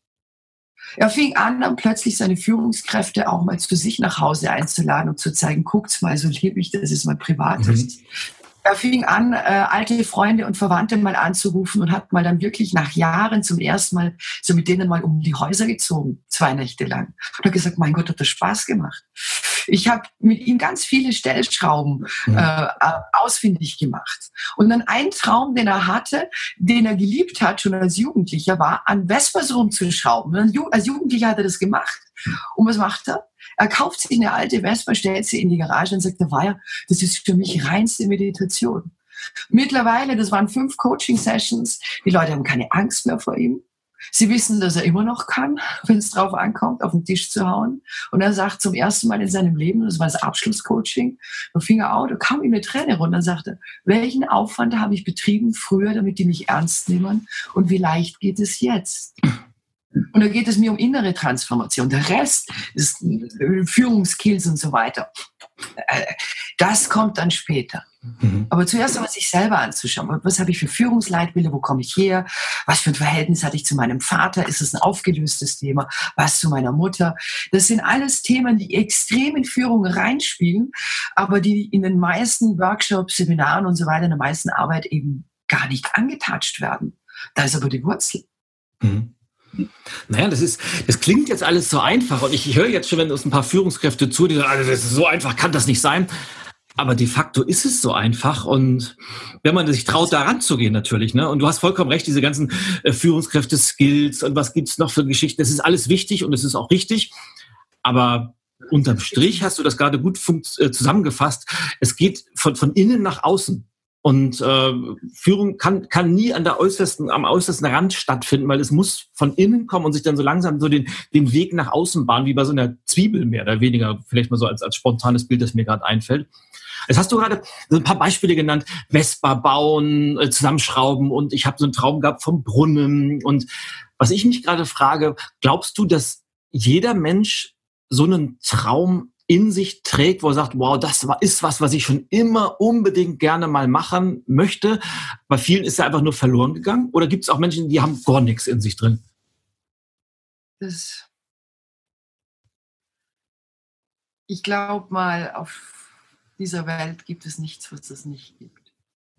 Er fing an, dann plötzlich seine Führungskräfte auch mal zu sich nach Hause einzuladen und zu zeigen, guckt's mal, so liebe ich, das ist mein Privates. Mhm. Er fing an, äh, alte Freunde und Verwandte mal anzurufen und hat mal dann wirklich nach Jahren zum ersten Mal so mit denen mal um die Häuser gezogen, zwei Nächte lang. Und hat gesagt, mein Gott, hat das Spaß gemacht. Ich habe mit ihm ganz viele Stellschrauben äh, ausfindig gemacht. Und dann ein Traum, den er hatte, den er geliebt hat, schon als Jugendlicher, war, an Vespers rumzuschrauben. Und als Jugendlicher hat er das gemacht. Und was macht er? Er kauft sich eine alte Vespa, stellt sie in die Garage und sagt, da war ja, das ist für mich reinste Meditation. Mittlerweile, das waren fünf Coaching-Sessions, die Leute haben keine Angst mehr vor ihm. Sie wissen, dass er immer noch kann, wenn es drauf ankommt, auf den Tisch zu hauen. Und er sagt zum ersten Mal in seinem Leben, das war das Abschlusscoaching, da fing er auf, da kam ihm eine Träne runter und sagte, welchen Aufwand habe ich betrieben früher, damit die mich ernst nehmen und wie leicht geht es jetzt? Und da geht es mir um innere Transformation. Der Rest ist Führungskills und so weiter. Das kommt dann später. Mhm. Aber zuerst einmal sich selber anzuschauen. Was habe ich für Führungsleitbilder? Wo komme ich her? Was für ein Verhältnis hatte ich zu meinem Vater? Ist es ein aufgelöstes Thema? Was zu meiner Mutter? Das sind alles Themen, die extrem in Führung reinspielen, aber die in den meisten Workshops, Seminaren und so weiter, in der meisten Arbeit eben gar nicht angetatscht werden. Da ist aber die Wurzel. Mhm. Naja, das ist, das klingt jetzt alles so einfach und ich, ich höre jetzt schon, wenn uns ein paar Führungskräfte zu, die sagen, also das ist so einfach, kann das nicht sein. Aber de facto ist es so einfach und wenn man sich traut, da ranzugehen natürlich, ne? Und du hast vollkommen recht, diese ganzen äh, Führungskräfte-Skills und was gibt's noch für Geschichten, das ist alles wichtig und es ist auch richtig, aber unterm Strich hast du das gerade gut funkt, äh, zusammengefasst. Es geht von, von innen nach außen. Und äh, Führung kann kann nie an der äußersten, am äußersten Rand stattfinden, weil es muss von innen kommen und sich dann so langsam so den den Weg nach außen bahnen, wie bei so einer Zwiebel mehr oder weniger, vielleicht mal so als als spontanes Bild, das mir gerade einfällt. Jetzt hast du gerade so ein paar Beispiele genannt, Vespa bauen, äh, zusammenschrauben und ich habe so einen Traum gehabt vom Brunnen. Und was ich mich gerade frage, glaubst du, dass jeder Mensch so einen Traum in sich trägt, wo er sagt, wow, das ist was, was ich schon immer unbedingt gerne mal machen möchte. Bei vielen ist er einfach nur verloren gegangen. Oder gibt es auch Menschen, die haben gar nichts in sich drin? Das ich glaube mal, auf dieser Welt gibt es nichts, was es nicht gibt.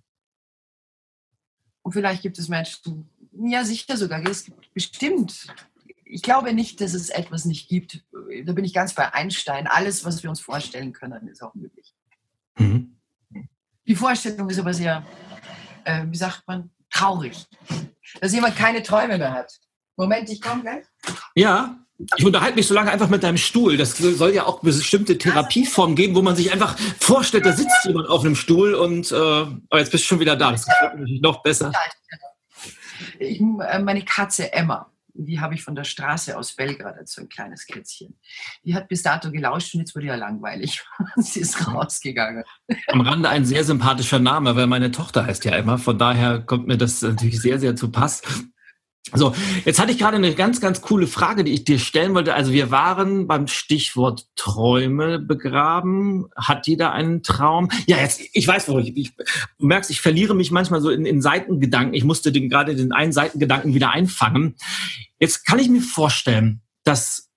Und vielleicht gibt es Menschen, ja sicher sogar, es gibt bestimmt. Ich glaube nicht, dass es etwas nicht gibt. Da bin ich ganz bei Einstein. Alles, was wir uns vorstellen können, ist auch möglich. Mhm. Die Vorstellung ist aber sehr, äh, wie sagt man, traurig. Dass jemand keine Träume mehr hat. Moment, ich komme gleich. Ja, ich unterhalte mich so lange einfach mit deinem Stuhl. Das soll ja auch bestimmte Therapieformen geben, wo man sich einfach vorstellt, da sitzt jemand auf einem Stuhl und äh, aber jetzt bist du schon wieder da. Das gefällt mir natürlich noch besser. Ich, äh, meine Katze Emma. Die habe ich von der Straße aus Belgrad, so ein kleines Kätzchen. Die hat bis dato gelauscht und jetzt wurde ja langweilig. Sie ist rausgegangen. Am Rande ein sehr sympathischer Name, weil meine Tochter heißt ja Emma. Von daher kommt mir das natürlich sehr, sehr zu Pass. So, jetzt hatte ich gerade eine ganz, ganz coole Frage, die ich dir stellen wollte. Also wir waren beim Stichwort Träume begraben. Hat jeder einen Traum? Ja, jetzt, ich weiß, wo ich, ich du merkst, ich verliere mich manchmal so in, in Seitengedanken. Ich musste den, gerade den einen Seitengedanken wieder einfangen. Jetzt kann ich mir vorstellen, dass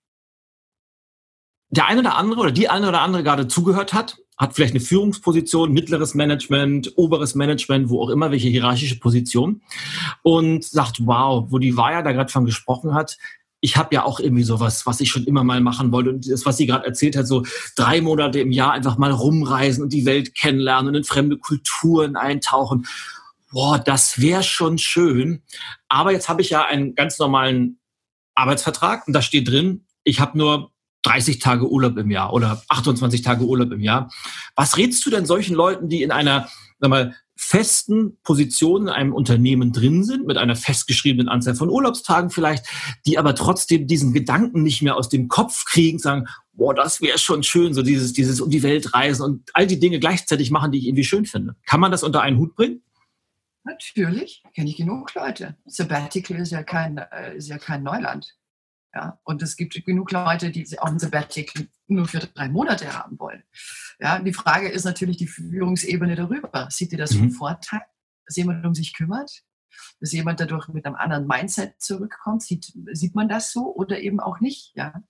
der eine oder andere oder die eine oder andere gerade zugehört hat, hat vielleicht eine Führungsposition, mittleres Management, oberes Management, wo auch immer, welche hierarchische Position und sagt, wow, wo die Vaja da gerade von gesprochen hat, ich habe ja auch irgendwie sowas, was ich schon immer mal machen wollte und das, was sie gerade erzählt hat, so drei Monate im Jahr einfach mal rumreisen und die Welt kennenlernen und in fremde Kulturen eintauchen. Boah, das wäre schon schön. Aber jetzt habe ich ja einen ganz normalen Arbeitsvertrag und da steht drin, ich habe nur dreißig Tage Urlaub im Jahr oder achtundzwanzig Tage Urlaub im Jahr. Was rätst du denn solchen Leuten, die in einer, sag mal, festen Position in einem Unternehmen drin sind, mit einer festgeschriebenen Anzahl von Urlaubstagen vielleicht, die aber trotzdem diesen Gedanken nicht mehr aus dem Kopf kriegen, sagen, boah, das wäre schon schön, so dieses, dieses um die Welt reisen und all die Dinge gleichzeitig machen, die ich irgendwie schön finde. Kann man das unter einen Hut bringen? Natürlich, kenne ich genug Leute. Sabbatical ist ja kein, ist ja kein Neuland. Ja, und es gibt genug Leute, die auch ein Sabbatical nur für drei Monate haben wollen. Ja, die Frage ist natürlich die Führungsebene darüber. Sieht ihr das mhm. vom Vorteil, dass jemand um sich kümmert? Dass jemand dadurch mit einem anderen Mindset zurückkommt? Sieht, sieht man das so oder eben auch nicht? Ja,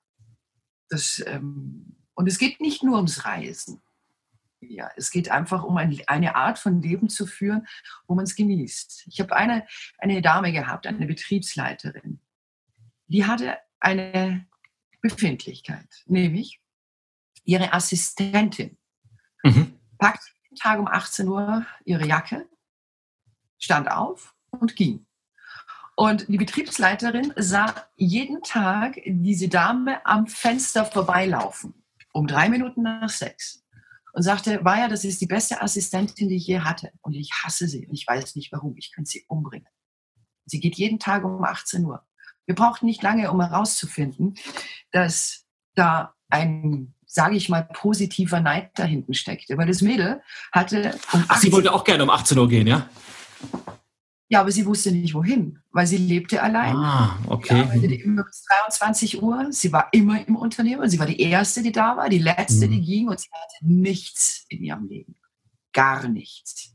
das, ähm, und es geht nicht nur ums Reisen. Ja, es geht einfach um ein, eine Art von Leben zu führen, wo man es genießt. Ich habe eine, eine Dame gehabt, eine Betriebsleiterin. Die hatte eine Befindlichkeit, nämlich ihre Assistentin mhm. packte jeden Tag um achtzehn Uhr ihre Jacke, stand auf und ging. Und die Betriebsleiterin sah jeden Tag diese Dame am Fenster vorbeilaufen, um drei Minuten nach sechs. Und sagte, Vaja, das ist die beste Assistentin, die ich je hatte. Und ich hasse sie und ich weiß nicht warum, ich könnte sie umbringen. Sie geht jeden Tag um achtzehn Uhr. Wir brauchten nicht lange, um herauszufinden, dass da ein, sage ich mal, positiver Neid dahinten steckte. Weil das Mädel hatte... Um Ach, sie wollte auch gerne um achtzehn Uhr gehen, ja? Ja, aber sie wusste nicht, wohin, weil sie lebte allein. Ah, okay. Sie arbeitete immer bis dreiundzwanzig Uhr. Sie war immer im Unternehmen. Sie war die Erste, die da war, die Letzte, mhm. die ging. Und sie hatte nichts in ihrem Leben. Gar nichts.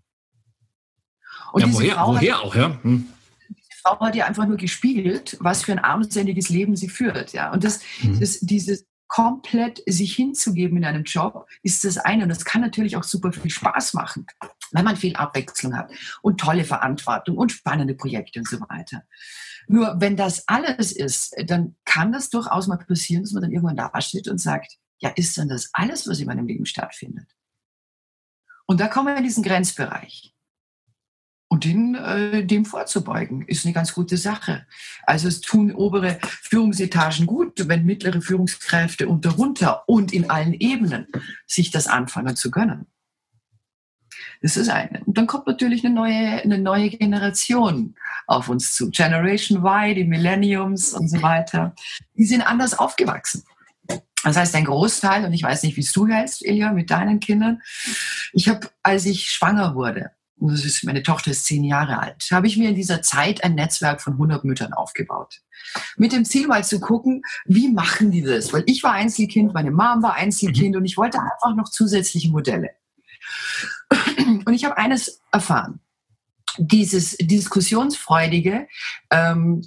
Und ja, woher, Frau woher hat, auch, ja? Hm. Frau hat ihr einfach nur gespiegelt, was für ein armseliges Leben sie führt. Ja. Und das, mhm. das, dieses komplett sich hinzugeben in einem Job ist das eine. Und das kann natürlich auch super viel Spaß machen, weil man viel Abwechslung hat und tolle Verantwortung und spannende Projekte und so weiter. Nur wenn das alles ist, dann kann das durchaus mal passieren, dass man dann irgendwann da steht und sagt, ja, ist denn das alles, was in meinem Leben stattfindet? Und da kommen wir in diesen Grenzbereich. Und den, äh, dem vorzubeugen, ist eine ganz gute Sache. Also es tun obere Führungsetagen gut, wenn mittlere Führungskräfte und darunter und in allen Ebenen sich das anfangen zu gönnen. Das ist eine. Und dann kommt natürlich eine neue, eine neue Generation auf uns zu. Generation Y, die Millenniums und so weiter. Die sind anders aufgewachsen. Das heißt, ein Großteil, und ich weiß nicht, wie es du hältst, Ilja, mit deinen Kindern. Ich habe, als ich schwanger wurde, das ist, meine Tochter ist zehn Jahre alt, habe ich mir in dieser Zeit ein Netzwerk von hundert Müttern aufgebaut. Mit dem Ziel mal zu gucken, wie machen die das? Weil ich war Einzelkind, meine Mom war Einzelkind und ich wollte einfach noch zusätzliche Modelle. Und ich habe eines erfahren. Dieses diskussionsfreudige ähm,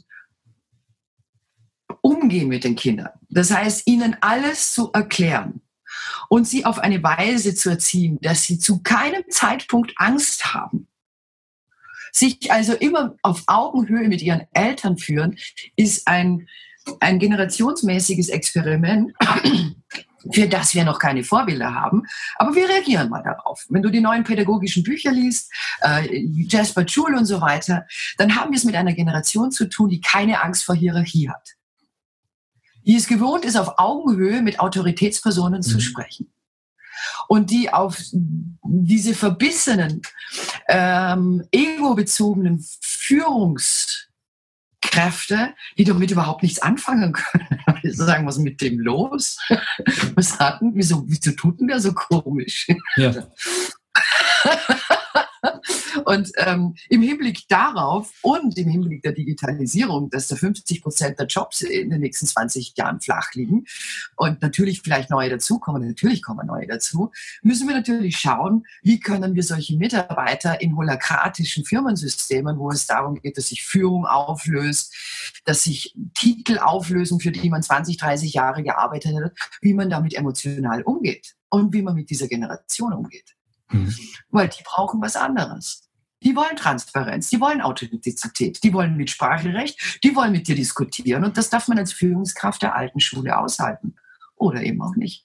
Umgehen mit den Kindern. Das heißt, ihnen alles zu erklären. Und sie auf eine Weise zu erziehen, dass sie zu keinem Zeitpunkt Angst haben. Sich also immer auf Augenhöhe mit ihren Eltern führen, ist ein, ein generationsmäßiges Experiment, für das wir noch keine Vorbilder haben. Aber wir reagieren mal darauf. Wenn du die neuen pädagogischen Bücher liest, äh, Jasper Joule und so weiter, dann haben wir es mit einer Generation zu tun, die keine Angst vor Hierarchie hat. Die es gewohnt ist, auf Augenhöhe mit Autoritätspersonen mhm. zu sprechen. Und die auf diese verbissenen, ähm, ego-bezogenen Führungskräfte, die damit überhaupt nichts anfangen können. Die sagen, was ist mit dem los? Was hatten? Wieso, wieso tut denn der so komisch? Ja. Und ähm, im Hinblick darauf und im Hinblick der Digitalisierung, dass da fünfzig Prozent der Jobs in den nächsten zwanzig Jahren flach liegen und natürlich vielleicht neue dazukommen, natürlich kommen neue dazu, müssen wir natürlich schauen, wie können wir solche Mitarbeiter in holakratischen Firmensystemen, wo es darum geht, dass sich Führung auflöst, dass sich Titel auflösen, für die man zwanzig, dreißig Jahre gearbeitet hat, wie man damit emotional umgeht und wie man mit dieser Generation umgeht. Mhm. Weil die brauchen was anderes. Die wollen Transparenz, die wollen Authentizität, die wollen Mitspracherecht, die wollen mit dir diskutieren und das darf man als Führungskraft der alten Schule aushalten. Oder eben auch nicht.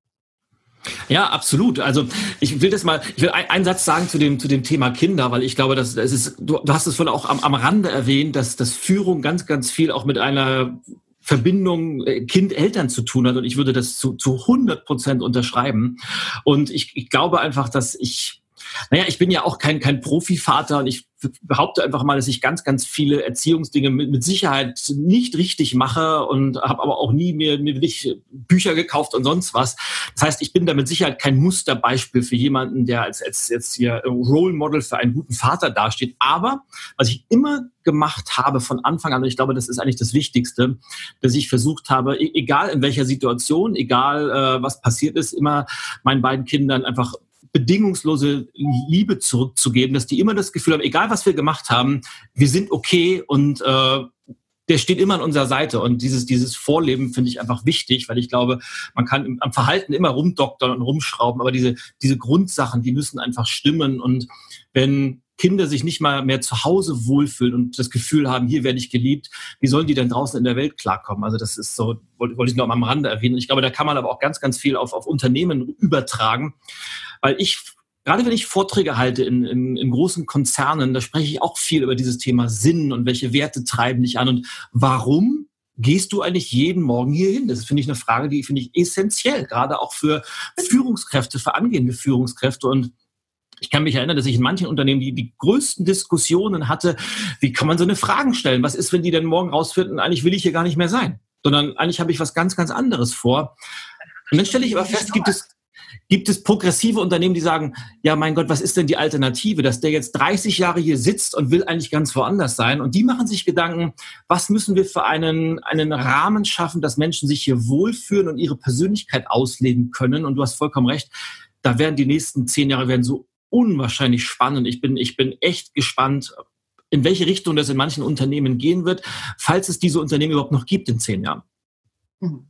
Ja, absolut. Also ich will das mal, ich will ein, einen Satz sagen zu dem zu dem Thema Kinder, weil ich glaube, dass es ist. Du, du hast es vorhin auch am, am Rande erwähnt, dass dass Führung ganz ganz viel auch mit einer Verbindung Kind-Eltern zu tun hat und ich würde das zu zu hundert Prozent unterschreiben. Und ich, ich glaube einfach, dass ich Naja, ich bin ja auch kein, kein Profivater und ich behaupte einfach mal, dass ich ganz, ganz viele Erziehungsdinge mit, mit Sicherheit nicht richtig mache und habe aber auch nie mir, mir nicht Bücher gekauft und sonst was. Das heißt, ich bin da mit Sicherheit kein Musterbeispiel für jemanden, der als, als jetzt hier Role Model für einen guten Vater dasteht. Aber was ich immer gemacht habe von Anfang an, und ich glaube, das ist eigentlich das Wichtigste, dass ich versucht habe, egal in welcher Situation, egal äh, was passiert ist, immer meinen beiden Kindern einfach bedingungslose Liebe zurückzugeben, dass die immer das Gefühl haben, egal was wir gemacht haben, wir sind okay und äh, der steht immer an unserer Seite. Und dieses dieses Vorleben finde ich einfach wichtig, weil ich glaube, man kann im, am Verhalten immer rumdoktern und rumschrauben, aber diese diese Grundsachen, die müssen einfach stimmen. Und wenn Kinder sich nicht mal mehr zu Hause wohlfühlen und das Gefühl haben, hier werde ich geliebt, wie sollen die denn draußen in der Welt klarkommen? Also das ist so, wollte, wollte ich noch mal am Rande erwähnen. Ich glaube, da kann man aber auch ganz, ganz viel auf, auf Unternehmen übertragen, weil ich, gerade wenn ich Vorträge halte in, in, in großen Konzernen, da spreche ich auch viel über dieses Thema Sinn und welche Werte treiben dich an und warum gehst du eigentlich jeden Morgen hier hin? Das finde ich eine Frage, die finde ich essentiell, gerade auch für Führungskräfte, für angehende Führungskräfte. Und ich kann mich erinnern, dass ich in manchen Unternehmen die, die größten Diskussionen hatte, wie kann man so eine Frage stellen? Was ist, wenn die denn morgen rausfinden, eigentlich will ich hier gar nicht mehr sein, sondern eigentlich habe ich was ganz, ganz anderes vor. Und dann stelle ich aber fest, gibt es Gibt es progressive Unternehmen, die sagen, ja, mein Gott, was ist denn die Alternative, dass der jetzt dreißig Jahre hier sitzt und will eigentlich ganz woanders sein? Und die machen sich Gedanken, was müssen wir für einen, einen Rahmen schaffen, dass Menschen sich hier wohlfühlen und ihre Persönlichkeit ausleben können? Und du hast vollkommen recht, da werden die nächsten zehn Jahre werden so unwahrscheinlich spannend. Ich bin, ich bin echt gespannt, in welche Richtung das in manchen Unternehmen gehen wird, falls es diese Unternehmen überhaupt noch gibt in zehn Jahren. Mhm.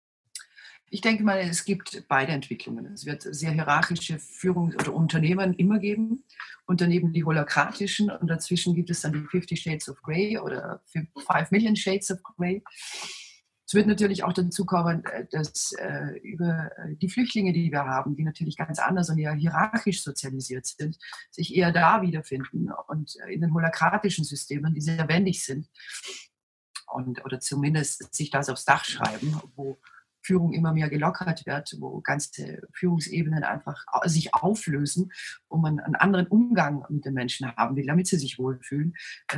Ich denke mal, es gibt beide Entwicklungen. Es wird sehr hierarchische Führungs- oder Unternehmen immer geben, Unternehmen die holakratischen und dazwischen gibt es dann die Fifty Shades of Grey oder Five Million Shades of Grey. Es wird natürlich auch dazu kommen, dass äh, über die Flüchtlinge, die wir haben, die natürlich ganz anders und eher hierarchisch sozialisiert sind, sich eher da wiederfinden und in den holakratischen Systemen, die sehr wendig sind und, oder zumindest sich das aufs Dach schreiben, wo Führung immer mehr gelockert wird, wo ganze Führungsebenen einfach sich auflösen, wo man einen anderen Umgang mit den Menschen haben will, damit sie sich wohlfühlen,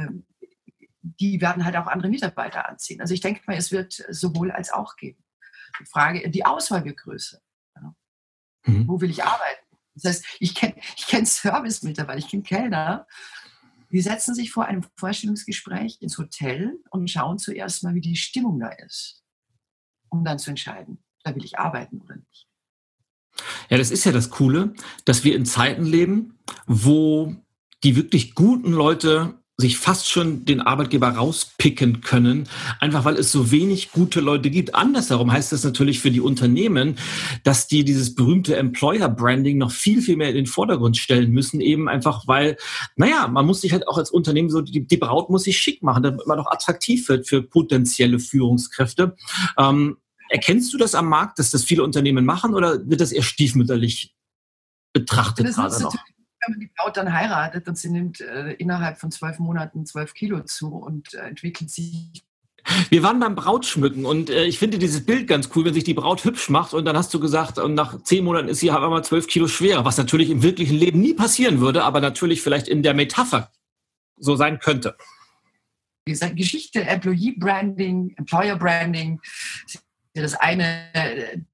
die werden halt auch andere Mitarbeiter anziehen. Also ich denke mal, es wird sowohl als auch geben. Die Frage, die Auswahl wird größer. Mhm. Wo will ich arbeiten? Das heißt, ich kenne ich kenn Service-Mitarbeiter, ich kenne Kellner, die setzen sich vor einem Vorstellungsgespräch ins Hotel und schauen zuerst mal, wie die Stimmung da ist, um dann zu entscheiden, da will ich arbeiten oder nicht. Ja, das ist ja das Coole, dass wir in Zeiten leben, wo die wirklich guten Leute sich fast schon den Arbeitgeber rauspicken können, einfach weil es so wenig gute Leute gibt. Andersherum heißt das natürlich für die Unternehmen, dass die dieses berühmte Employer-Branding noch viel, viel mehr in den Vordergrund stellen müssen, eben einfach weil, naja, man muss sich halt auch als Unternehmen so, die, die Braut muss sich schick machen, damit man auch attraktiv wird für potenzielle Führungskräfte. Ähm, erkennst du das am Markt, dass das viele Unternehmen machen oder wird das eher stiefmütterlich betrachtet das gerade noch? Wenn man die Braut dann heiratet und sie nimmt äh, innerhalb von zwölf Monaten zwölf Kilo zu und äh, entwickelt sich. Wir waren beim Brautschmücken und äh, ich finde dieses Bild ganz cool, wenn sich die Braut hübsch macht und dann hast du gesagt, und nach zehn Monaten ist sie aber mal zwölf Kilo schwerer, was natürlich im wirklichen Leben nie passieren würde, aber natürlich vielleicht in der Metapher so sein könnte. Wie gesagt, Geschichte, Employee Branding, Employer Branding, das eine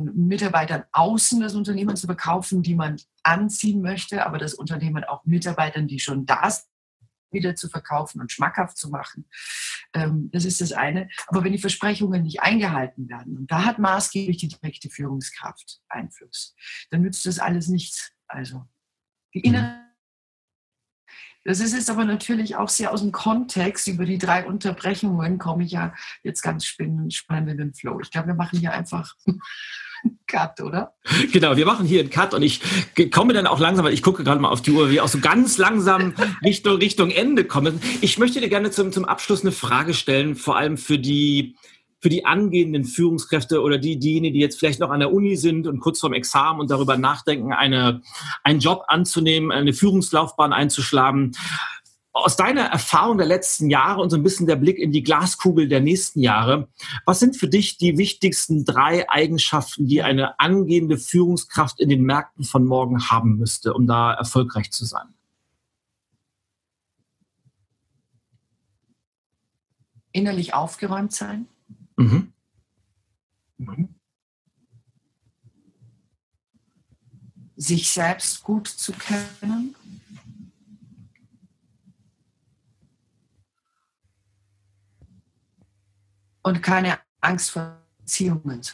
Mitarbeitern außen das Unternehmen zu verkaufen, die man anziehen möchte, aber das Unternehmen auch Mitarbeitern, die schon da sind, wieder zu verkaufen und schmackhaft zu machen. Ähm, das ist das eine. Aber wenn die Versprechungen nicht eingehalten werden, und da hat maßgeblich die direkte Führungskraft Einfluss, dann nützt das alles nichts. Also die innere Das ist jetzt aber natürlich auch sehr aus dem Kontext. Über die drei Unterbrechungen komme ich ja jetzt ganz spannend in den Flow. Ich glaube, wir machen hier einfach einen Cut, oder? Genau, wir machen hier einen Cut und ich komme dann auch langsam, weil ich gucke gerade mal auf die Uhr, wie wir auch so ganz langsam Richtung, Richtung Ende kommen. Ich möchte dir gerne zum, zum Abschluss eine Frage stellen, vor allem für die für die angehenden Führungskräfte oder die, diejenigen, die jetzt vielleicht noch an der Uni sind und kurz vorm Examen und darüber nachdenken, eine, einen Job anzunehmen, eine Führungslaufbahn einzuschlagen. Aus deiner Erfahrung der letzten Jahre und so ein bisschen der Blick in die Glaskugel der nächsten Jahre, was sind für dich die wichtigsten drei Eigenschaften, die eine angehende Führungskraft in den Märkten von morgen haben müsste, um da erfolgreich zu sein? Innerlich aufgeräumt sein. Mhm. Mhm. Sich selbst gut zu kennen. Und keine Angst vor Beziehungen.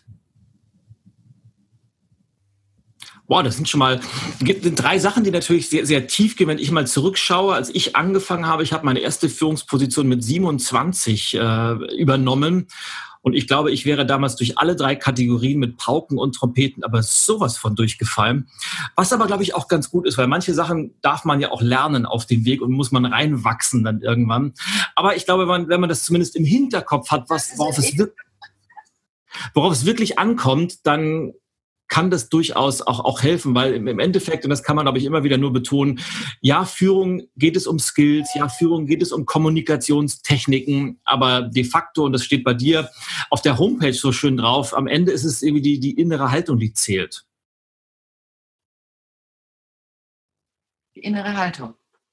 Wow, das sind schon mal gibt drei Sachen, die natürlich sehr, sehr tief gehen, wenn ich mal zurückschaue. Als ich angefangen habe, ich habe meine erste Führungsposition mit siebenundzwanzig äh, übernommen. Und ich glaube, ich wäre damals durch alle drei Kategorien mit Pauken und Trompeten aber sowas von durchgefallen. Was aber, glaube ich, auch ganz gut ist, weil manche Sachen darf man ja auch lernen auf dem Weg und muss man reinwachsen dann irgendwann. Aber ich glaube, wenn man, wenn man das zumindest im Hinterkopf hat, was, worauf, es, worauf es wirklich ankommt, dann kann das durchaus auch, auch helfen, weil im Endeffekt, und das kann man, glaube ich, immer wieder nur betonen, ja, Führung geht es um Skills, ja, Führung geht es um Kommunikationstechniken, aber de facto, und das steht bei dir auf der Homepage so schön drauf, am Ende ist es irgendwie die, die innere Haltung, die zählt. Die innere Haltung.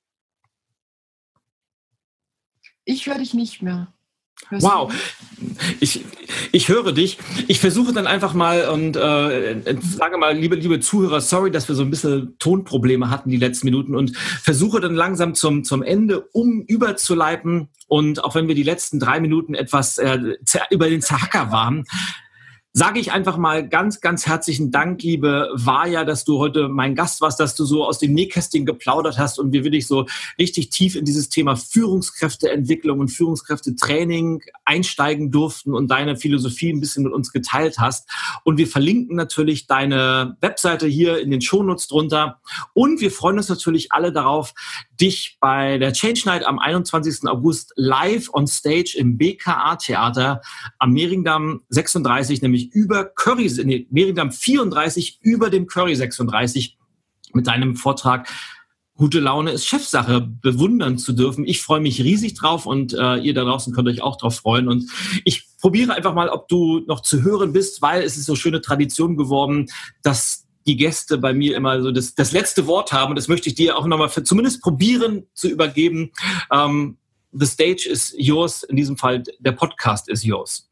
Ich höre dich nicht mehr. Hörst Wow, ich, ich höre dich. Ich versuche dann einfach mal und äh, sage mal, liebe, liebe Zuhörer, sorry, dass wir so ein bisschen Tonprobleme hatten die letzten Minuten und versuche dann langsam zum, zum Ende um überzuleiten. Und auch wenn wir die letzten drei Minuten etwas äh, über den Zahacker waren, sage ich einfach mal ganz, ganz herzlichen Dank, liebe Vaja, dass du heute mein Gast warst, dass du so aus dem Nähkästchen geplaudert hast und wir wirklich so richtig tief in dieses Thema Führungskräfteentwicklung und Führungskräftetraining einsteigen durften und deine Philosophie ein bisschen mit uns geteilt hast. Und wir verlinken natürlich deine Webseite hier in den Shownotes drunter. Und wir freuen uns natürlich alle darauf, dich bei der Change Night am einundzwanzigsten August live on stage im B K A-Theater am Mehringdamm sechsunddreißig, nämlich über Curry, nee, Mehringdamm vierunddreißig über dem Curry sechsunddreißig mit deinem Vortrag Gute Laune ist Chefsache bewundern zu dürfen. Ich freue mich riesig drauf und äh, ihr da draußen könnt euch auch drauf freuen. Und ich probiere einfach mal, ob du noch zu hören bist, weil es ist so schöne Tradition geworden, dass die Gäste bei mir immer so das, das letzte Wort haben. Und das möchte ich dir auch nochmal für zumindest probieren zu übergeben. Um, the stage is yours. In diesem Fall, der Podcast is yours.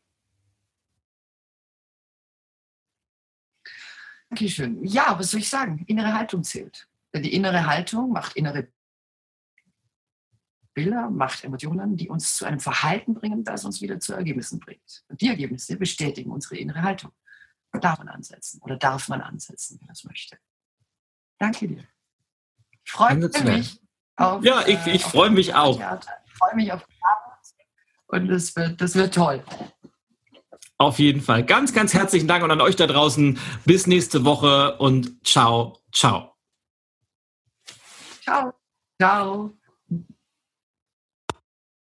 Dankeschön. Ja, was soll ich sagen? Innere Haltung zählt. Die innere Haltung macht innere Bilder, macht Emotionen, die uns zu einem Verhalten bringen, das uns wieder zu Ergebnissen bringt. Und die Ergebnisse bestätigen unsere innere Haltung. Darf man ansetzen oder darf man ansetzen, wenn man das möchte. Danke dir. Ich freue mich auf Ja, ich, ich freue mich auch. Ich freue mich auf die Arbeit und das wird, das wird toll. Auf jeden Fall. Ganz, ganz herzlichen Dank und an euch da draußen. Bis nächste Woche und ciao, ciao. Ciao. Ciao.